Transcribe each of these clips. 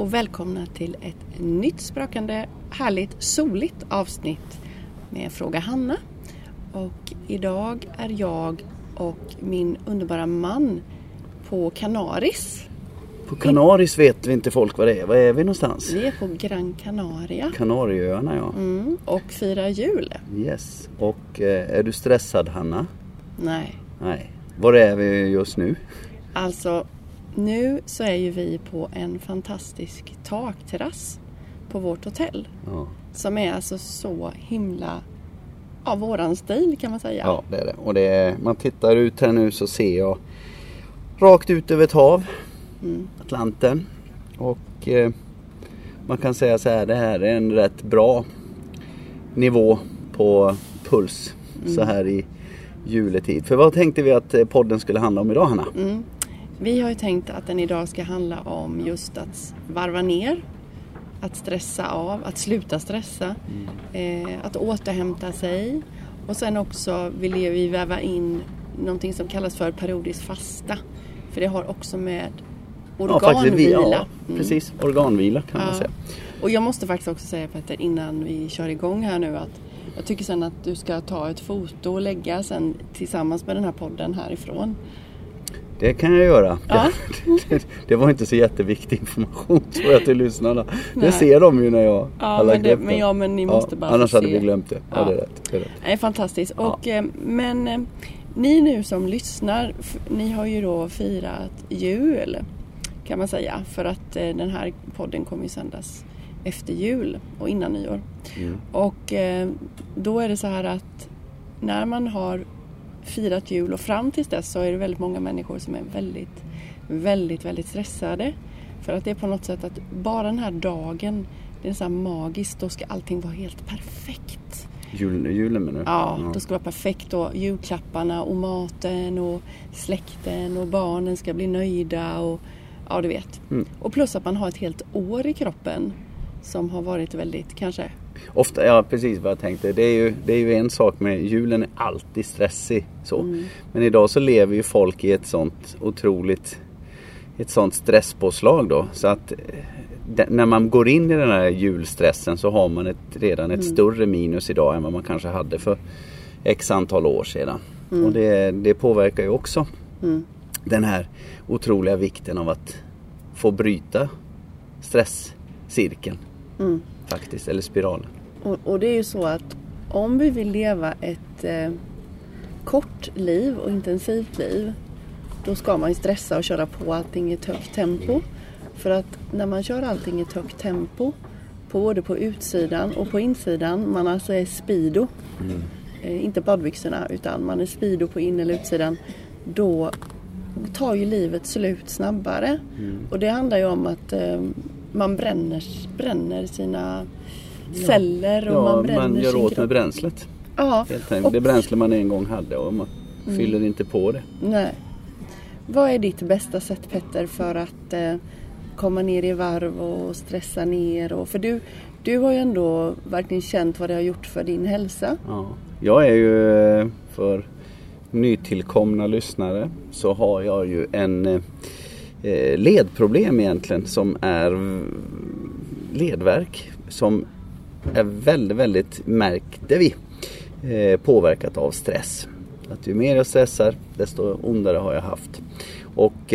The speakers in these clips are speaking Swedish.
och välkomna till ett nytt sprakande, härligt, soligt avsnitt med Fråga Hanna. Och idag är jag och min underbara man på Canaris. På Canaris vet vi inte folk vad det är. Var är vi någonstans? Vi är på Gran Canaria. Kanarieöarna, ja. Och firar jul. Yes. Och är du stressad, Hanna? Nej. Var är vi just nu? Alltså, nu så är ju vi på en fantastisk takterrass på vårt hotell. Ja. Som är alltså så himla av våran stil, kan man säga. Ja, det är det. Och man tittar ut här nu så ser jag rakt ut över ett hav. Atlanten. Och man kan säga så här, det här är en rätt bra nivå på puls så här i juletid. För vad tänkte vi att podden skulle handla om idag, Hanna? Vi har ju tänkt att den idag ska handla om just att varva ner, att stressa av, att sluta stressa, att återhämta sig. Och sen också vill vi väva in någonting som kallas för periodisk fasta. För det har också med organvila. Precis, organvila kan man säga. Och jag måste faktiskt också säga, Petter, innan vi kör igång här nu, att jag tycker sen att du ska ta ett foto och lägga sen tillsammans med den här podden härifrån. Det kan jag göra. Ja. Det var inte så jätteviktig information, tror jag, till lyssnarna. Det ser de ju när jag har lagt upp det. Men ni måste bara annars se. hade vi glömt det. Ja, det är rätt. Det är fantastiskt. Och, men ni nu som lyssnar, ni har ju då firat jul, kan man säga. För att den här podden kommer ju sändas efter jul och innan nyår. Och då är det så här att när man har firat jul och fram till dess så är det väldigt många människor som är väldigt, väldigt, väldigt stressade. För att det är på något sätt att bara den här dagen, det är så här magiskt, då ska allting vara helt perfekt. Julen menar du? Ja, då ska det vara perfekt, och julklapparna och maten och släkten och barnen ska bli nöjda och ja, du vet. Och plus att man har ett helt år i kroppen som har varit väldigt, kanske... Ofta, ja, precis vad jag tänkte. Det är ju en sak med julen, är alltid stressig så. Men idag så lever ju folk i ett sånt stresspåslag då. Så att när man går in i den här julstressen så har man redan ett större minus idag än vad man kanske hade för x antal år sedan. Och det påverkar ju också den här otroliga vikten av att få bryta stresscirkeln. Faktiskt, eller spiralen. Och det är ju så att om vi vill leva ett kort liv och intensivt liv, då ska man ju stressa och köra på allting i ett högt tempo. För att när man kör allting i ett högt tempo, både på utsidan och på insidan, man alltså är speedo, inte badbyxorna, utan man är speedo på in- eller utsidan, då tar ju livet slut snabbare. Och det handlar ju om att man bränner sina celler och man bränner man gör sin åt kropp. med bränslet. Ja. Det bränsle man en gång hade, och man fyller inte på det. Nej. Vad är ditt bästa sätt, Petter, för att komma ner i varv och stressa ner? För du har ju ändå verkligen känt vad det har gjort för din hälsa. Ja. Jag är ju, för nytillkomna lyssnare, så har jag ju en ledproblem egentligen, som är ledvärk, som är väldigt, väldigt, märkte vi, påverkat av stress. Att ju mer jag stressar, desto ondare har jag haft. Och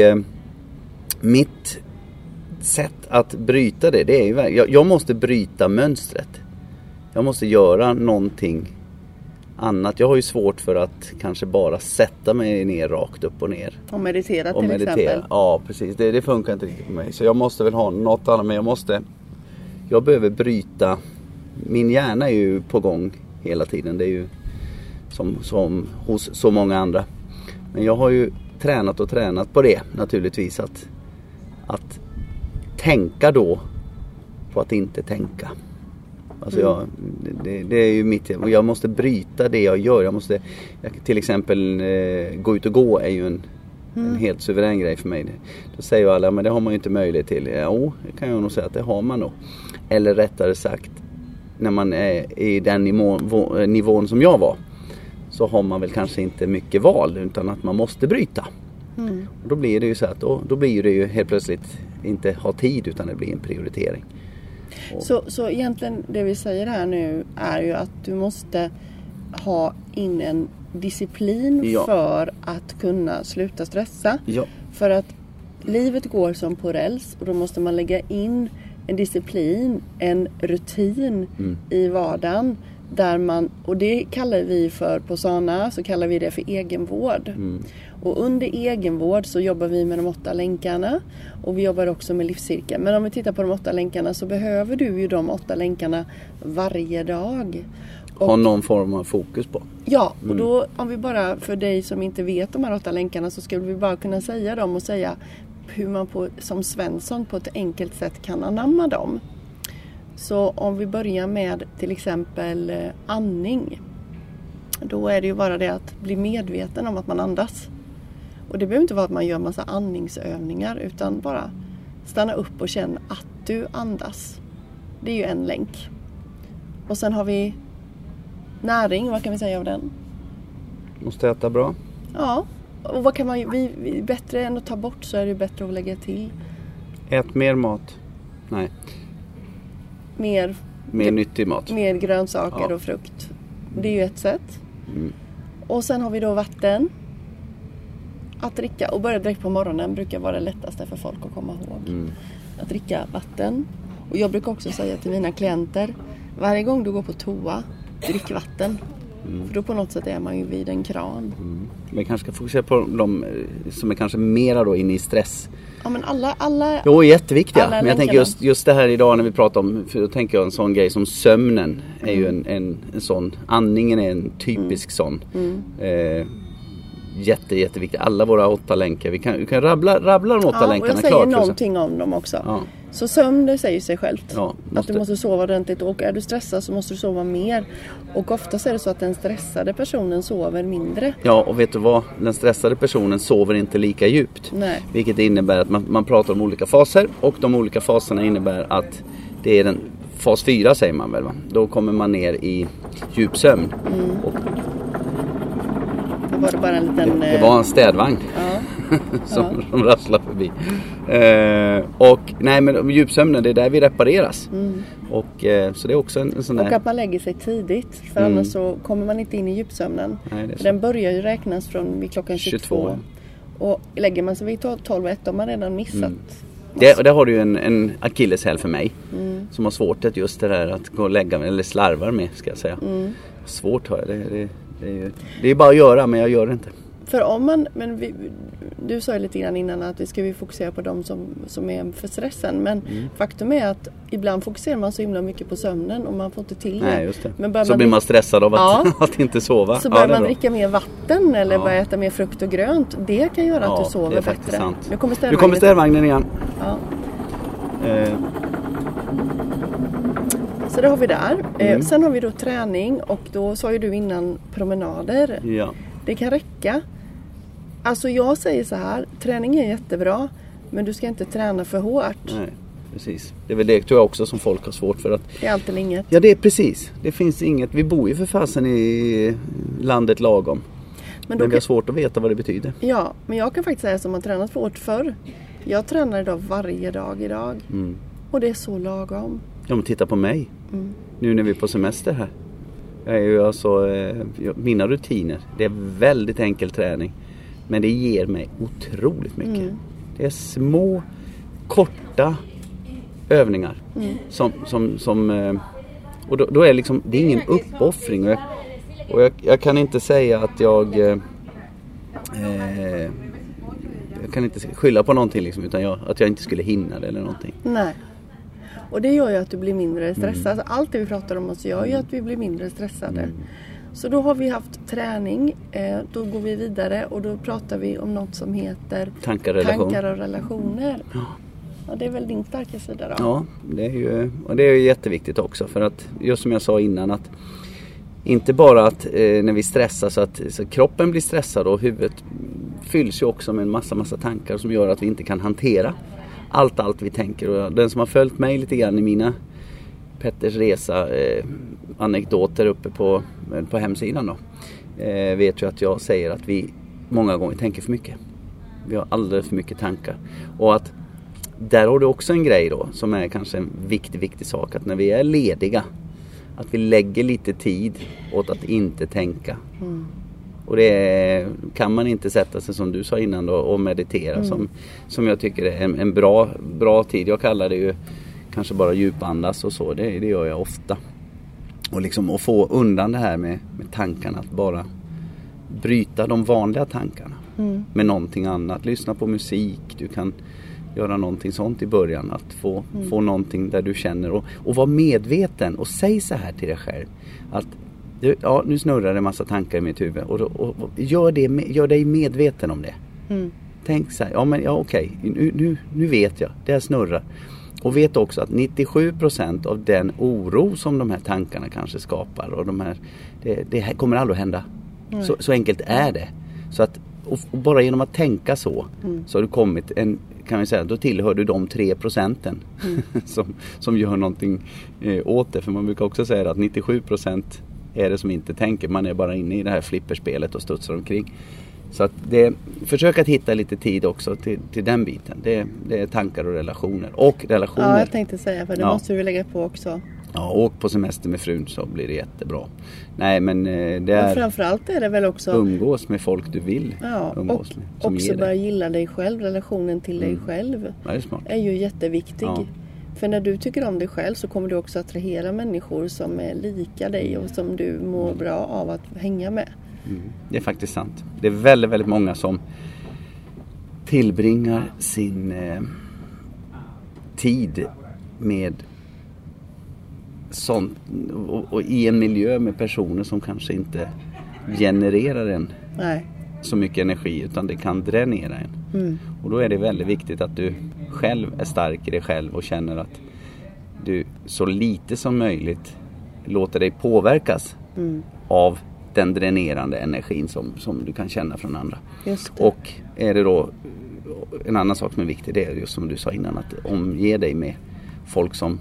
mitt sätt att bryta det är ju, jag måste bryta mönstret. Jag måste göra någonting annat. Jag har ju svårt för att kanske bara sätta mig ner rakt upp och ner. Och meditera till exempel. Ja, precis. Det funkar inte riktigt på mig. Så jag måste väl ha något annat. Men jag behöver bryta. Min hjärna är ju på gång hela tiden. Det är ju som hos så många andra. Men jag har ju tränat på det naturligtvis. Att tänka då på att inte tänka. Alltså det är ju mitt, och jag måste bryta det jag gör. Jag till exempel gå ut och gå är ju en helt suverän grej för mig. Då säger ju alla, men det har man ju inte möjlighet till. Jo, det kan jag nog säga att det har man nog. Eller rättare sagt, när man är i den nivån som jag var, så har man väl kanske inte mycket val, utan att man måste bryta. Och då blir det ju så att då blir det ju helt plötsligt inte ha tid utan det blir en prioritering. Så egentligen det vi säger här nu är ju att du måste ha in en disciplin för att kunna sluta stressa. Ja. För att livet går som på räls och då måste man lägga in en disciplin, en rutin i vardagen. Där man, och det kallar vi för på Sana, så kallar vi det för egenvård. Och under egenvård så jobbar vi med de 8 länkarna och vi jobbar också med livscirkeln. Men om vi tittar på de 8 länkarna så behöver du ju de 8 länkarna varje dag. Ha någon form av fokus på. Ja, och då om vi bara, för dig som inte vet de här 8 länkarna, så skulle vi bara kunna säga dem och säga hur man som Svensson på ett enkelt sätt kan anamma dem. Så om vi börjar med till exempel andning. Då är det ju bara det att bli medveten om att man andas. Och det behöver inte vara att man gör massa andningsövningar, utan bara stanna upp och känna att du andas. Det är ju en länk. Och sen har vi näring, vad kan vi säga av den? Måste äta bra. Ja, och vad kan man bättre än att ta bort så är det bättre att lägga till. Ät mer mat. Nej. Mer nyttig mat. Mer grönsaker och frukt. Det är ju ett sätt. Och sen har vi då vatten. Att dricka, och börja direkt på morgonen brukar vara det lättaste för folk att komma ihåg. Att dricka vatten. Och jag brukar också säga till mina klienter, varje gång du går på toa, drick vatten. För då på något sätt är man ju vid en kran. Men kanske ska fokusera på de som är kanske mera då inne i stress. Ja, men alla jo, jätteviktiga. Men jag länkarna. tänker just det här idag när vi pratar om, för då tänker jag en sån grej som sömnen är ju en sån, andningen är en typisk sån. Jätteviktig. Alla våra 8 länkar. Vi kan rabbla de 8 länkarna klart. Och jag säger någonting om dem också. Ja. Så sömn, det säger sig självt. Ja, att du måste sova ordentligt. Och är du stressad så måste du sova mer. Och oftast är det så att den stressade personen sover mindre. Ja, och vet du vad? Den stressade personen sover inte lika djupt. Nej. Vilket innebär att man pratar om olika faser. Och de olika faserna innebär att det är fas 4 säger man väl, va? Då kommer man ner i djupsömn. Och var det bara en liten... Det var en städvagn som rasslade förbi. Nej, men djupsömnen, det är där vi repareras. Och så det är också en sån där... Och att man lägger sig tidigt, för annars så kommer man inte in i djupsömnen. Nej, den börjar ju räknas från vid klockan 22. Och lägger man sig vid 12:01 har man redan missat. Det har du ju en akilleshäl för mig. Som har svårt att just det där att gå och lägga mig, eller slarvar med, ska jag säga. Svårt har jag det. Det är bara att göra, men jag gör det inte. För om man, du sa ju lite grann innan att vi ska fokusera på de som är för stressen. Men faktum är att ibland fokuserar man så himla mycket på sömnen och man får inte till det. Nej, just det. Men så blir man stressad av att inte sova. Så börjar man dricka mer vatten eller börja äta mer frukt och grönt. Det kan göra att du sover bättre. Sant. Nu kommer städvagnen igen. Ja. Så det har vi där. Sen har vi då träning, och då sa ju du innan promenader. Ja. Det kan räcka. Alltså jag säger så här, träning är jättebra, men du ska inte träna för hårt. Nej, precis. Det är väl det tror jag också som folk har svårt för att... Det är allt eller inget. Ja, det är precis. Det finns inget. Vi bor ju för fasen i landet lagom. Men vi har svårt att veta vad det betyder. Ja, men jag kan faktiskt säga som har tränat för hårt förr. Jag tränar idag varje dag idag. Och det är så lagom. Ja, men titta på mig. Nu när vi är på semester här. Jag är ju alltså, mina rutiner. Det är väldigt enkel träning. Men det ger mig otroligt mycket. Det är små, korta övningar. Och då är liksom, det är ingen uppoffring. Och jag kan inte säga att jag kan inte skylla på någonting liksom, utan att jag inte skulle hinna det eller någonting. Nej. Och det gör ju att du blir mindre stressad. Alltså, allt det vi pratar om oss gör ju att vi blir mindre stressade. Så då har vi haft träning. Då går vi vidare och då pratar vi om något som heter tankar och relationer. Ja, det är väl din starka sida då? Ja, det är ju jätteviktigt också. För att just som jag sa innan, att inte bara att när vi stressar så kroppen blir stressad och huvudet fylls ju också med en massa tankar som gör att vi inte kan hantera allt vi tänker. Och den som har följt mig lite grann i mina Petters resa anekdoter uppe på hemsidan då, vet ju att jag säger att vi många gånger tänker för mycket. Vi har alldeles för mycket tankar. Och att där har du också en grej då som är kanske en viktig sak, att när vi är lediga att vi lägger lite tid åt att inte tänka. Och det kan man inte sätta sig, som du sa innan då, och meditera som jag tycker är en bra tid. Jag kallar det ju kanske bara djupandas och så, det gör jag ofta. Och liksom att få undan det här med tankarna, att bara bryta de vanliga tankarna med någonting annat. Lyssna på musik, du kan göra någonting sånt i början, att få någonting där du känner och vara medveten och säg så här till dig själv att nu snurrar det en massa tankar i mitt huvud och gör dig medveten om det. Tänk så här, okej, nu vet jag, det här snurrar. Och vet också att 97% av den oro som de här tankarna kanske skapar och det här kommer aldrig att hända. Så enkelt är det. Så att och bara genom att tänka så har du kommit kan vi säga, då tillhör du de 3% som gör någonting åt det. För man brukar också säga att 97% är det som inte tänker. Man är bara inne i det här flipperspelet och studsar omkring. Så att försök att hitta lite tid också till den biten. Det är tankar och relationer. Ja, jag tänkte säga, för det måste du lägga på också. Ja, åk på semester med frun så blir det jättebra. Nej, men det är... Och framförallt är det väl också... Umgås med folk du vill umgås med. Och också börja gilla dig själv, relationen till dig själv. Ja, det är smart. Är ju jätteviktig. Ja. För när du tycker om dig själv så kommer du också attrahera människor som är lika dig och som du mår bra av att hänga med. Det är faktiskt sant. Det är väldigt, väldigt många som tillbringar sin tid med sånt och i en miljö med personer som kanske inte genererar så mycket energi, utan det kan dränera en. Och då är det väldigt viktigt att du själv är stark i dig själv och känner att du så lite som möjligt låter dig påverkas av den dränerande energin som du kan känna från andra. Just det. Och är det då en annan sak som är viktig, det är just som du sa innan, att omge dig med folk som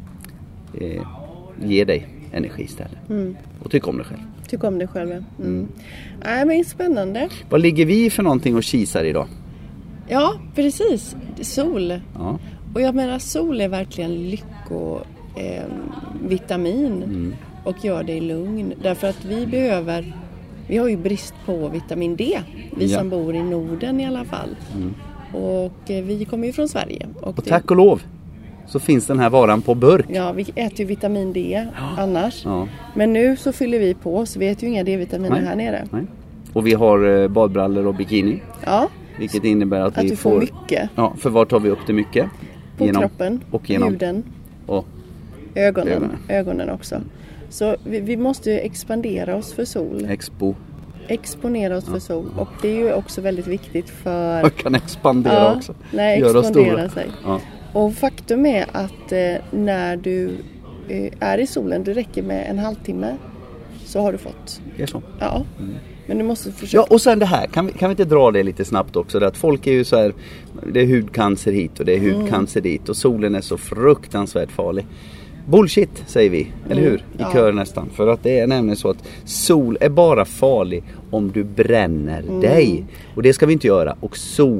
ger dig energi istället. Och tyck om dig själv. Tyck om dig själv, Nej, men spännande. Vad ligger vi för någonting och kisar idag? Ja, precis. Sol. Ja. Och jag menar, sol är verkligen vitamin och gör dig lugn. Därför att vi har ju brist på vitamin D. Vi som bor i Norden i alla fall. Och vi kommer ju från Sverige. Och tack och lov så finns den här varan på burk. Ja, vi äter ju vitamin D annars. Ja. Men nu så fyller vi på, så vi äter ju inga D-vitaminer här nere. Nej. Och vi har badbrallor och bikini. Ja. Vilket innebär att vi får mycket. Ja, för var tar vi upp det mycket? På kroppen, och genom huden och ögonen också. Så vi måste ju expandera oss för sol. Exponera oss för sol. Och det är ju också väldigt viktigt för... Man kan expandera också. Expandera sig. Ja. Och faktum är att när du är i solen, det räcker med en halvtimme, så har du fått. Det är så? Ja. Men du måste försöka. Ja, och sen det här, kan vi inte dra det lite snabbt också? Det att folk är ju så här, det är hudcancer hit och det är hudcancer dit, och solen är så fruktansvärt farlig. Bullshit, säger vi, eller hur? I kör nästan. För att det är nämligen så att sol är bara farlig om du bränner dig. Och det ska vi inte göra. Och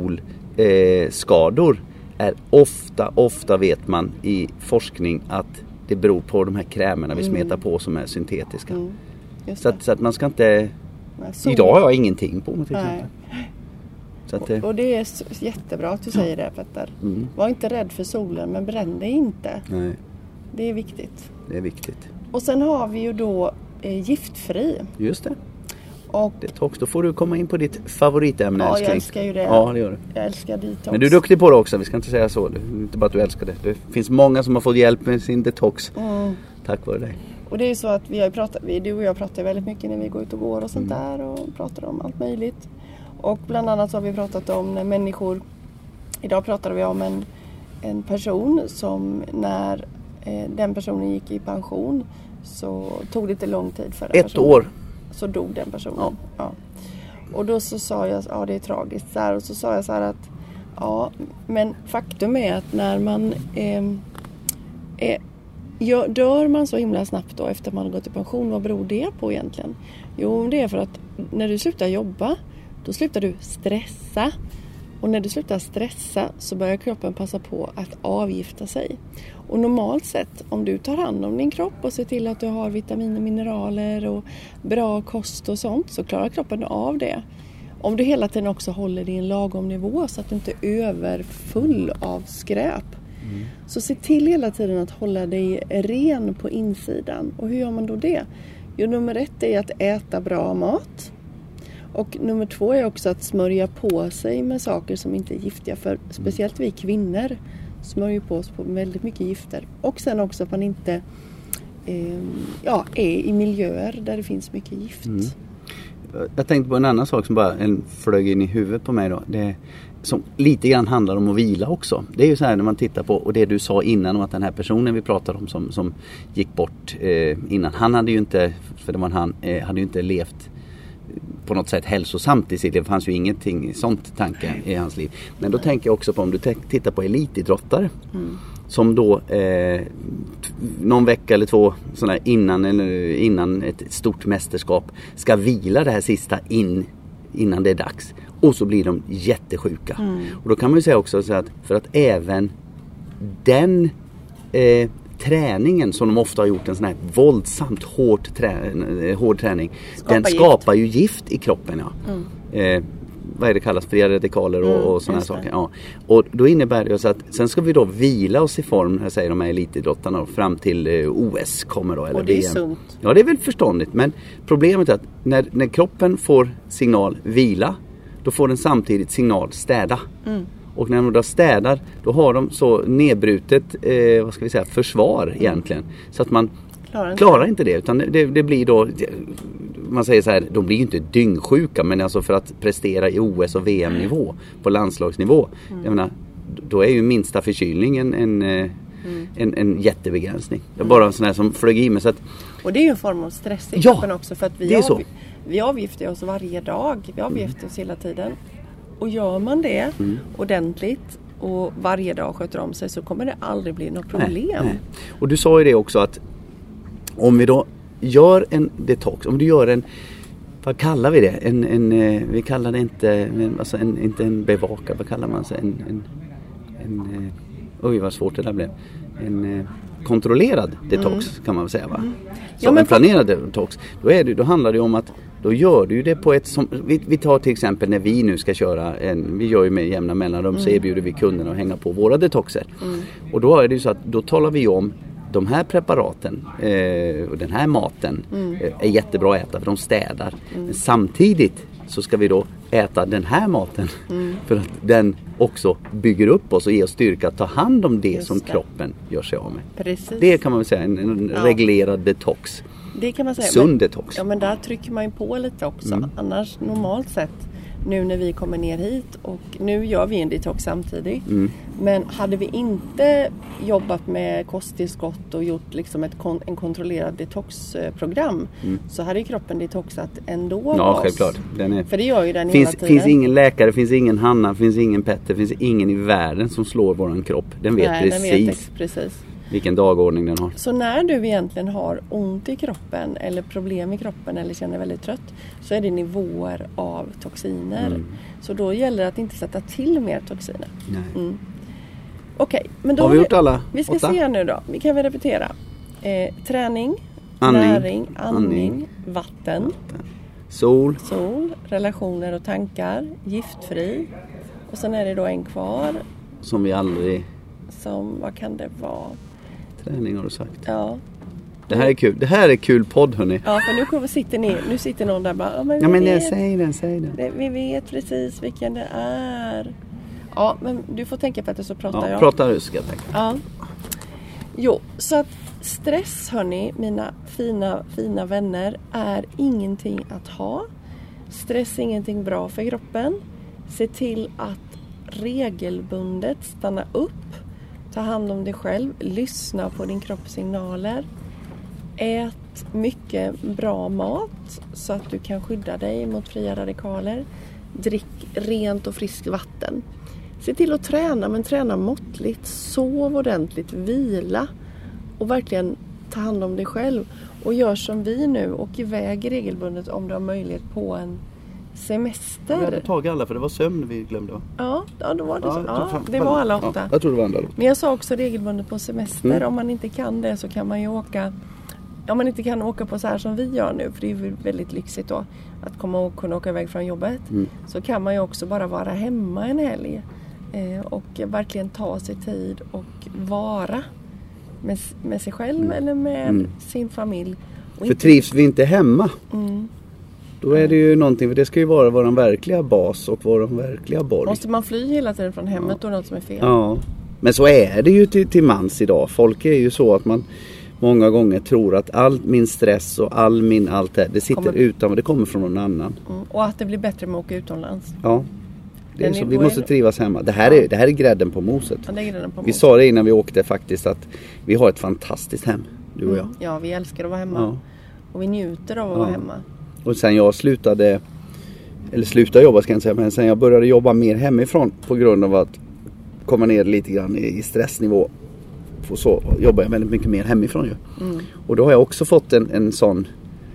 solskador är ofta vet man i forskning att det beror på de här krämerna vi smetar på som är syntetiska. Så att man ska inte... Idag har jag ingenting på mig till exempel. Så att, och det är jättebra att du säger det, Petter. Var inte rädd för solen, men bränn dig inte. Nej. Det är viktigt. Det är viktigt. Och sen har vi ju då giftfri. Just det. Och detox, då får du komma in på ditt favoritämne. Ja, jag älskar ju det. Ja, det gör du. Jag älskar detox. Men du är duktig på det också, vi ska inte säga så. Det är inte bara att du älskar det. Det finns många som har fått hjälp med sin detox. Tack vare dig. Och det är ju så att du och jag pratar väldigt mycket när vi går ut och går och sånt där, och pratar om allt möjligt. Och bland annat så har vi pratat om när människor, idag pratade vi om en person som när den personen gick i pension, så tog det inte lång tid för den personen. 1 år. Så dog den personen. Ja. Och då så sa jag, det är tragiskt. Så här, och så sa jag så här att, men faktum är att när man dör man så himla snabbt då efter man har gått i pension, vad beror det på egentligen? Jo, det är för att när du slutar jobba, då slutar du stressa. Och när du slutar stressa så börjar kroppen passa på att avgifta sig. Och normalt sett, om du tar hand om din kropp och ser till att du har vitaminer, mineraler och bra kost och sånt, så klarar kroppen av det. Om du hela tiden också håller dig i en lagom nivå så att du inte är överfull av skräp. Så se till hela tiden att hålla dig ren på insidan. Och hur gör man då det? Jo, nummer 1 är att äta bra mat. Och nummer 2 är också att smörja på sig med saker som inte är giftiga. För speciellt vi kvinnor smörjer på oss på väldigt mycket gifter. Och sen också att man inte är i miljöer där det finns mycket gift. Jag tänkte på en annan sak som bara flög in i huvudet på mig då. Det som lite grann handlar om att vila också. Det är ju så här när man tittar på, och det du sa innan om att den här personen vi pratade om som gick bort innan. Han hade ju inte, för det var han, hade ju inte levt på något sätt hälsosamt i sitt liv. Det fanns ju ingenting sånt tanke i hans liv. Men då tänker jag också på om du tittar på elitidrottare som då någon vecka eller 2 sådär innan ett stort mästerskap ska vila det här sista innan det är dags. Och så blir de jättesjuka. Och då kan man ju säga också så att för att även den träningen som de ofta har gjort, en sån här våldsamt hård träning, den skapar ju gift i kroppen. Vad är det kallas, fria radikaler och såna här saker. Ja. Och då innebär det så att sen ska vi då vila oss i form, här säger de här elitidrottarna då, fram till OS kommer då. Eller och det är VM. sunt. Ja, det är väl förståndigt. Men problemet är att när kroppen får signal vila, då får den samtidigt signal städa. Och när de då städar, då har de så nedbrutet försvar egentligen. Så att man klarar inte det. Utan det blir då, man säger så här, de blir ju inte dyngsjuka, men alltså för att prestera i OS och VM-nivå, på landslagsnivå, jag menar, då är ju minsta förkylningen en jättebegränsning. Det är bara en sån här som flög i mig. Så att, och det är ju en form av stress i kroppen också, för att vi avgiftar oss varje dag. Vi avgiftar oss hela tiden. Och gör man det ordentligt och varje dag sköter om sig, så kommer det aldrig bli något problem. Nej. Och du sa ju det också att om vi då gör en detox, om du gör en, vad kallar vi det? Vi kallar det inte en bevakare, vad kallar man sig? Oj vad svårt det där blev. En kontrollerad detox kan man väl säga, va? Så en planerad detox, då handlar det om att då gör du ju det på ett som, vi tar till exempel när vi nu ska köra vi gör ju med jämna mellanrum, så erbjuder vi kunderna att hänga på våra detoxer. Och då är det ju så att då talar vi om de här preparaten och den här maten är jättebra att äta för de städar. Men samtidigt så ska vi då äta den här maten för att den också bygger upp oss och ger oss styrka att ta hand om det som kroppen gör sig av med. Precis. Det kan man väl säga en reglerad detox. Det kan man säga. Sund detox. Ja, men där trycker man ju på lite också. Annars normalt sett, nu när vi kommer ner hit, och nu gör vi en detox samtidigt. Men hade vi inte jobbat med kosttillskott och gjort liksom en kontrollerad detoxprogram, så hade ju kroppen detoxat ändå. Ja, självklart. För det gör ju den hela tiden. Finns ingen läkare, finns ingen Hanna, finns ingen Petter, finns ingen i världen som slår våran kropp. Den vet precis vilken dagordning den har. Så när du egentligen har ont i kroppen eller problem i kroppen eller känner väldigt trött, så är det nivåer av toxiner. Så då gäller det att inte sätta till mer toxiner. Okej, men då har vi gjort alla 8? Vi ska se nu då. Vi kan väl repetera. Träning, näring, andning, vatten, sol, relationer och tankar, giftfri. Och sen är det då en kvar. Som vi aldrig... vad kan det vara? Träning har du sagt. Ja. Det här är kul. Det här är kul podd, hörni. Ja, för nu sitter någon där bara. Säg den. Vi vet precis vilken det är. Ja, men du får tänka på att så pratar jag. Pratar du, ska jag tänka. Ja. Jo, så att stress, hörni, mina fina vänner, är ingenting att ha. Stress är ingenting bra för kroppen. Se till att regelbundet stanna upp. Ta hand om dig själv. Lyssna på din kropps signaler. Ät mycket bra mat så att du kan skydda dig mot fria radikaler. Drick rent och friskt vatten. Se till att träna, men träna måttligt. Sov ordentligt, vila och verkligen ta hand om dig själv. Och gör som vi nu, och iväg regelbundet om du har möjlighet på en semester. Vi hade tagit alla för det var sömn vi glömde. Ja, då var det så. Ja, det var alla 8. Ja, jag tror det var alla 8. Men jag sa också regelbundet på semester. Om man inte kan det så kan man ju åka. Om man inte kan åka på så här som vi gör nu. För det är ju väldigt lyxigt då. Att kunna åka iväg från jobbet. Så kan man ju också bara vara hemma en helg. Och verkligen ta sig tid och vara med sig själv eller med sin familj. Och för trivs vi inte hemma, då är det ju någonting, för det ska ju vara vår verkliga bas och vår verkliga borg. Måste man fly hela tiden från hemmet då är något som är fel? Ja, men så är det ju till mans idag. Folk är ju så att man många gånger tror att all min stress och allt det sitter det kommer från någon annan. Och att det blir bättre med att åka utomlands. Ja. Det är så, vi måste trivas hemma. Det här är grädden på moset. Ja, det är grädden på moset. Vi sa det innan vi åkte faktiskt att vi har ett fantastiskt hem, du och jag. Ja, vi älskar att vara hemma. Ja. Och vi njuter av att vara hemma. Och sen jag slutade jobba ska jag inte säga, men sen jag började jobba mer hemifrån på grund av att komma ner lite grann i stressnivå. Så jobbar jag väldigt mycket mer hemifrån ju. Och då har jag också fått en sån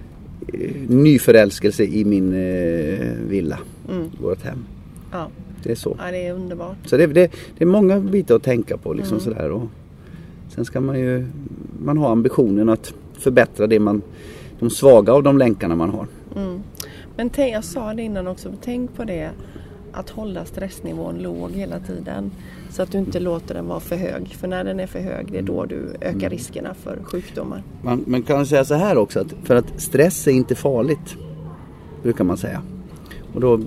nyförälskelse i min villa. Vårt hem. Ja. Det är så. Ja, det är underbart. Så det är många bitar att tänka på liksom sådär. Och sen ska man ha ambitionen att förbättra de svaga av de länkarna man har. Men jag sa det innan också, tänk på det, att hålla stressnivån låg hela tiden. Så att du inte låter den vara för hög. För när den är för hög, det är då du ökar riskerna för sjukdomar. Man kan säga så här också, för att stress är inte farligt, brukar man säga. Och då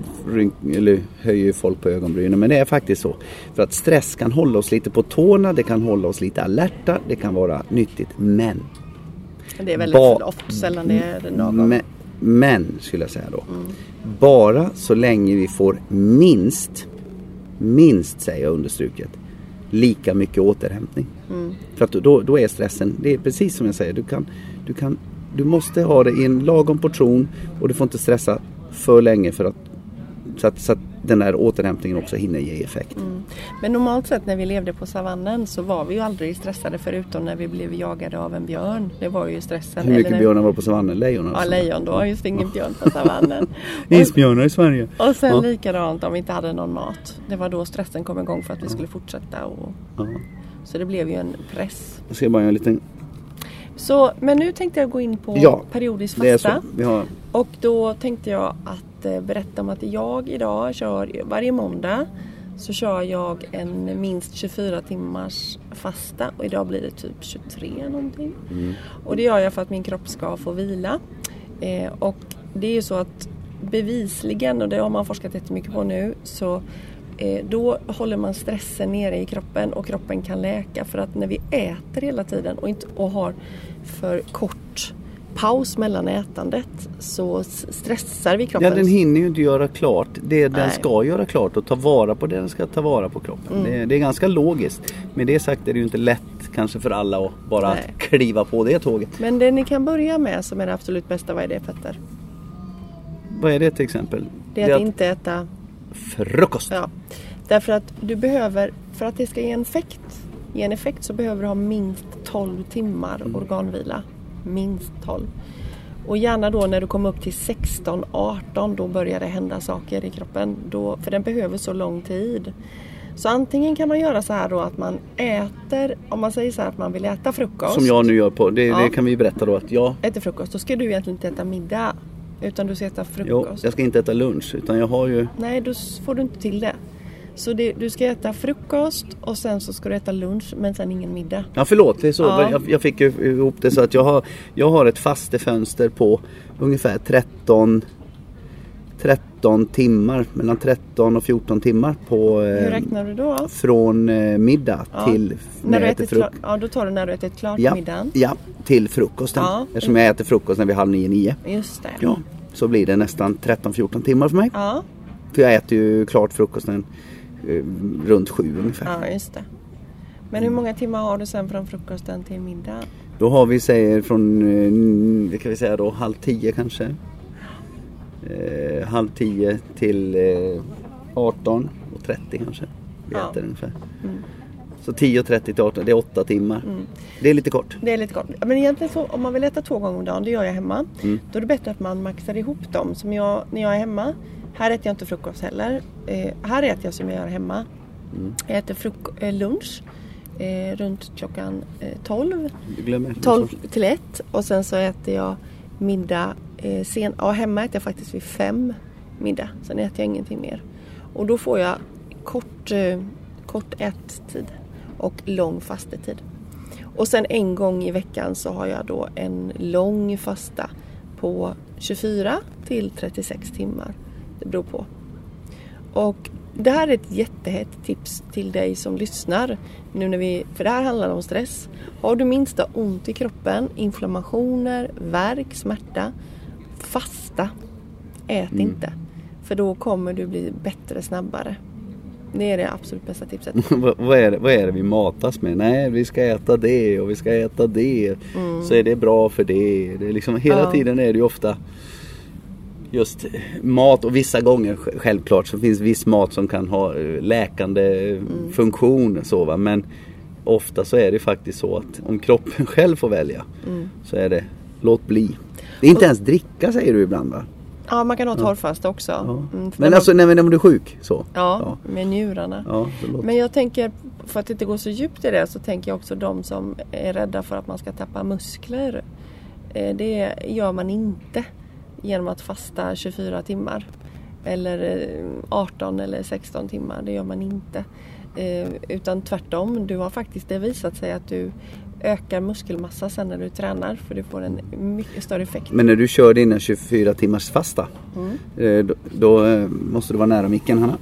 höjer folk på ögonbrynen. Men det är faktiskt så. För att stress kan hålla oss lite på tårna. Det kan hålla oss lite alerta. Det kan vara nyttigt. Men det är väldigt ofta sällan det är någon. Men skulle jag säga då. Bara så länge vi får minst säger jag understruket, lika mycket återhämtning. För att då är stressen, det är precis som jag säger. Du måste ha det i en lagom portion. Och du får inte stressa för länge för att så att den där återhämtningen också hinner ge effekt. Men normalt sett när vi levde på savannen så var vi ju aldrig stressade förutom när vi blev jagade av en björn. Det var ju stressen. Hur mycket björnar var på savannen? Lejon alltså? Ja, lejon då. Just ingen björn på savannen. Isbjörnar i Sverige. Och sen likadant om vi inte hade någon mat. Det var då stressen kom igång för att vi skulle fortsätta. Så det blev ju en press. Jag ska bara göra en liten... Men nu tänkte jag gå in på periodisk fasta. Och då tänkte jag att berätta om att jag idag kör varje måndag så kör jag en minst 24 timmars fasta. Och idag blir det typ 23 någonting. Och det gör jag för att min kropp ska få vila. Och det är ju så att bevisligen, och det har man forskat jättemycket på nu, så då håller man stressen nere i kroppen och kroppen kan läka. För att när vi äter hela tiden och har för kort paus mellan ätandet så stressar vi kroppen. Ja, den hinner ju inte göra klart det den ska göra klart och ta vara på det den ska ta vara på kroppen. Det är ganska logiskt. Men det sagt är det ju inte lätt kanske för alla att bara kliva på det tåget. Men det ni kan börja med som är det absolut bästa, vad är det, Petter? Vad är det till exempel? Det är att inte äta frukost. Ja, därför att du behöver, för att det ska ge en effekt så behöver du ha minst 12 timmar organvila. Minst 12. Och gärna då när du kommer upp till 16-18 då börjar det hända saker i kroppen. För den behöver så lång tid. Så antingen kan man göra så här då att man äter, om man säger så här att man vill äta frukost. Som jag nu gör på, det kan vi berätta då att jag äter frukost. Då ska du egentligen inte äta middag utan du ska äta frukost. Jo, jag ska inte äta lunch utan jag har ju... Nej, då får du inte till det. Så du ska äta frukost och sen så ska du äta lunch men sen ingen middag. Ja, förlåt. Det är så. Ja. Jag fick ihop det så att jag har ett fastefönster på ungefär 13 timmar. Mellan 13 och 14 timmar på... Hur räknar du då? Från middag till... När du äter frukost. Ja, då tar du när du ätit klart middagen. Ja, till frukosten. Ja. Eftersom jag äter frukost när vi 8:30-9. Just det. Ja, så blir det nästan 13-14 timmar för mig. Ja. För jag äter ju klart frukosten runt 7 ungefär. Ja, just det. Men hur många timmar har du sen från frukosten till middag? Då har vi säger från, det kan vi säga då, 9:30 kanske. 9:30 till 18:30 kanske. Vi äter ungefär. Så 10.30 till 18, det är 8 timmar. Det är lite kort. Det är lite kort. Men egentligen så, om man vill äta 2 gånger om dagen, det gör jag hemma. Då är det bättre att man maxar ihop dem. Som när jag är hemma, här äter jag inte frukost heller. Här äter jag som jag gör hemma. Jag äter lunch runt klockan 12. 12 till 1. Och sen så äter jag middag hemma äter jag faktiskt vid 5 middag. Sen äter jag ingenting mer. Och då får jag kort ättid och lång fastetid. Och sen en gång i veckan så har jag då en lång fasta på 24 till 36 timmar. Det beror på. Och det här är ett jättehett tips till dig som lyssnar. För det här handlar om stress. Har du minsta ont i kroppen, inflammationer, värk, smärta, fasta. Ät inte. För då kommer du bli bättre snabbare. Det är det absolut bästa tipset. Vad är det vi matas med? Nej, vi ska äta det och vi ska äta det. Så är det bra för det. Det är liksom, hela tiden är det ju ofta just mat, och vissa gånger självklart så finns viss mat som kan ha läkande funktion så, va? Men ofta så är det faktiskt så att om kroppen själv får välja så är det låt bli. Det är inte ens dricka, säger du ibland, va? Ja, man kan ha torrfasta också. Ja. Men alltså när du är sjuk så? Ja, med njurarna. Ja, men jag tänker, för att det inte går så djupt i det, så tänker jag också de som är rädda för att man ska tappa muskler. Det gör man inte genom att fasta 24 timmar. Eller 18 eller 16 timmar. Det gör man inte. Utan tvärtom, det har visat sig att du ökar muskelmassa sen när du tränar, för du får en mycket större effekt. Men när du kör dina 24 timmars fasta då måste du vara nära micken, Hanna.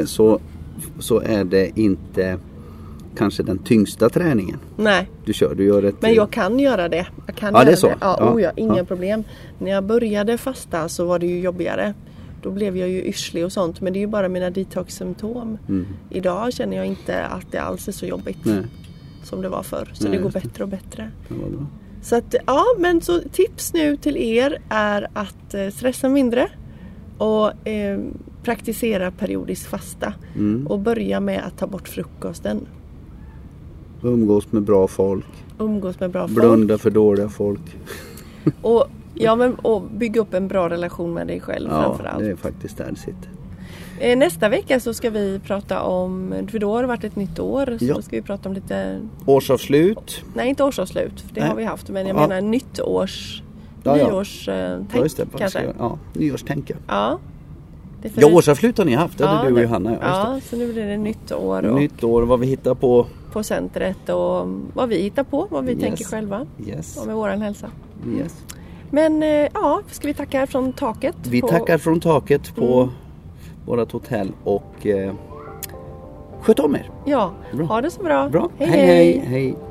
Så är det inte kanske den tyngsta träningen. Nej. Du gör ett... Men jag kan göra det. Det är så? Inga problem. När jag började fasta så var det ju jobbigare. Då blev jag ju yrslig och sånt. Men det är ju bara mina detox-symptom. Idag känner jag inte att det alls är så jobbigt. Nej. Som det var förr. Så det går bättre och bättre. Så att, så tips nu till er är att stressa mindre och praktisera periodiskt fasta. Och börja med att ta bort frukosten. Umgås med bra folk. Blunda för dåliga folk. Och bygga upp en bra relation med dig själv framförallt. Ja, det är faktiskt där det sitter. Nästa vecka så ska vi prata om, för då har det varit ett nytt år, så då ska vi prata om lite... Årsavslut? Nej, inte årsavslut, för det har vi haft, men jag menar nyårstänk kanske. Nyårstänk. Ja. Årsavslut har ni haft, det hade du och Johanna. Ja, så nu blir det nytt år. Nytt år, vad vi hittar på. På centret och vad vi hittar på, vad vi tänker själva. Och med våran hälsa. Yes. Men ska vi tacka från taket? Vi tackar från taket på vårat hotell och sköt om er. Ja, ha det så bra. Hej.